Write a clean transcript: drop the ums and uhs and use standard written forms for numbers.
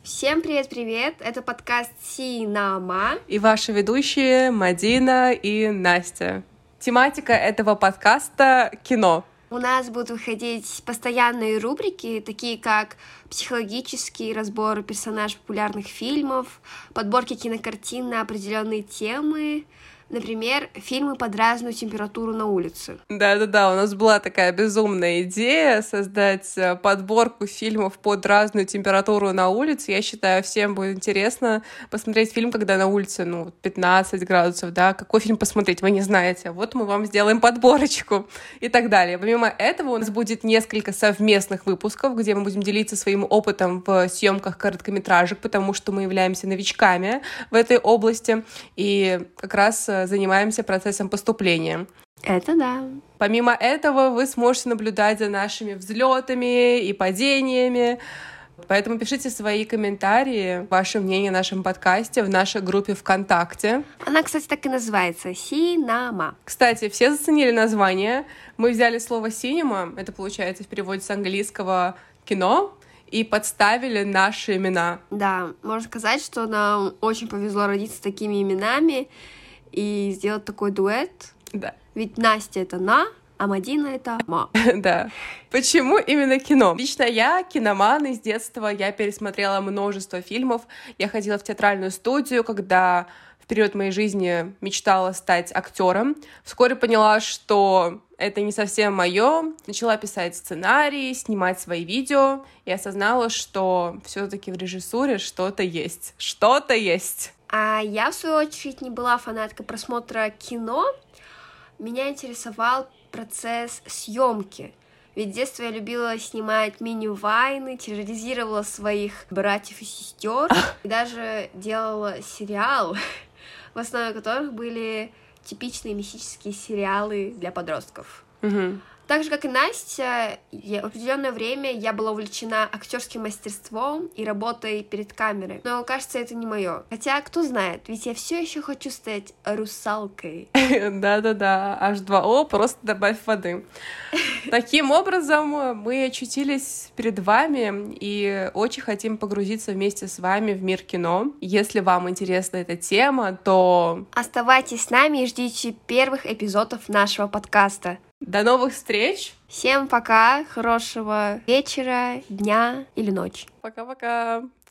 Всем привет-привет! Это подкаст Синама. И ваши ведущие Мадина и Настя. Тематика этого подкаста — кино. У нас будут выходить постоянные рубрики, такие как психологический разбор персонажей популярных фильмов, подборки кинокартин на определенные темы, например, фильмы под разную температуру на улице. Да-да-да, у нас была такая безумная идея создать подборку фильмов под разную температуру на улице. Я считаю, всем будет интересно посмотреть фильм, когда на улице, 15 градусов, да. Какой фильм посмотреть, вы не знаете. Вот мы вам сделаем подборочку и так далее. Помимо этого, у нас будет несколько совместных выпусков, где мы будем делиться своим опытом в съемках короткометражек, потому что мы являемся новичками в этой области и как раз занимаемся процессом поступления. Это да. Помимо этого, вы сможете наблюдать за нашими взлетами и падениями. Поэтому пишите свои комментарии, ваше мнение о нашем подкасте в нашей группе ВКонтакте. Она, кстати, так и называется — Синама. Кстати, все заценили название. Мы взяли слово «синема», это получается в переводе с английского «кино», и подставили наши имена. Да, можно сказать, что нам очень повезло родиться с такими именами и сделать такой дуэт. Да. Ведь Настя — это «на», а Мадина — это «ма». Да. Почему именно кино? Лично я киноман из детства, я пересмотрела множество фильмов, я ходила в театральную студию, когда в период моей жизни мечтала стать актером. Вскоре поняла, что это не совсем мое. Начала писать сценарии, снимать свои видео и осознала, что все-таки в режиссуре что-то есть. Что-то есть. А я, в свою очередь, не была фанаткой просмотра кино. Меня интересовал процесс съемки. Ведь в детстве я любила снимать мини-вайны, терроризировала своих братьев и сестер, и даже делала сериал, в основе которых были типичные мистические сериалы для подростков. Так же, как и Настя, в определенное время я была увлечена актерским мастерством и работой перед камерой. Но, кажется, это не мое. Хотя, кто знает, ведь я все еще хочу стать русалкой. Да-да-да, H2O, просто добавь воды. Таким образом, мы очутились перед вами и очень хотим погрузиться вместе с вами в мир кино. Если вам интересна эта тема, то оставайтесь с нами и ждите первых эпизодов нашего подкаста. До новых встреч! Всем пока, хорошего вечера, дня или ночи. Пока-пока!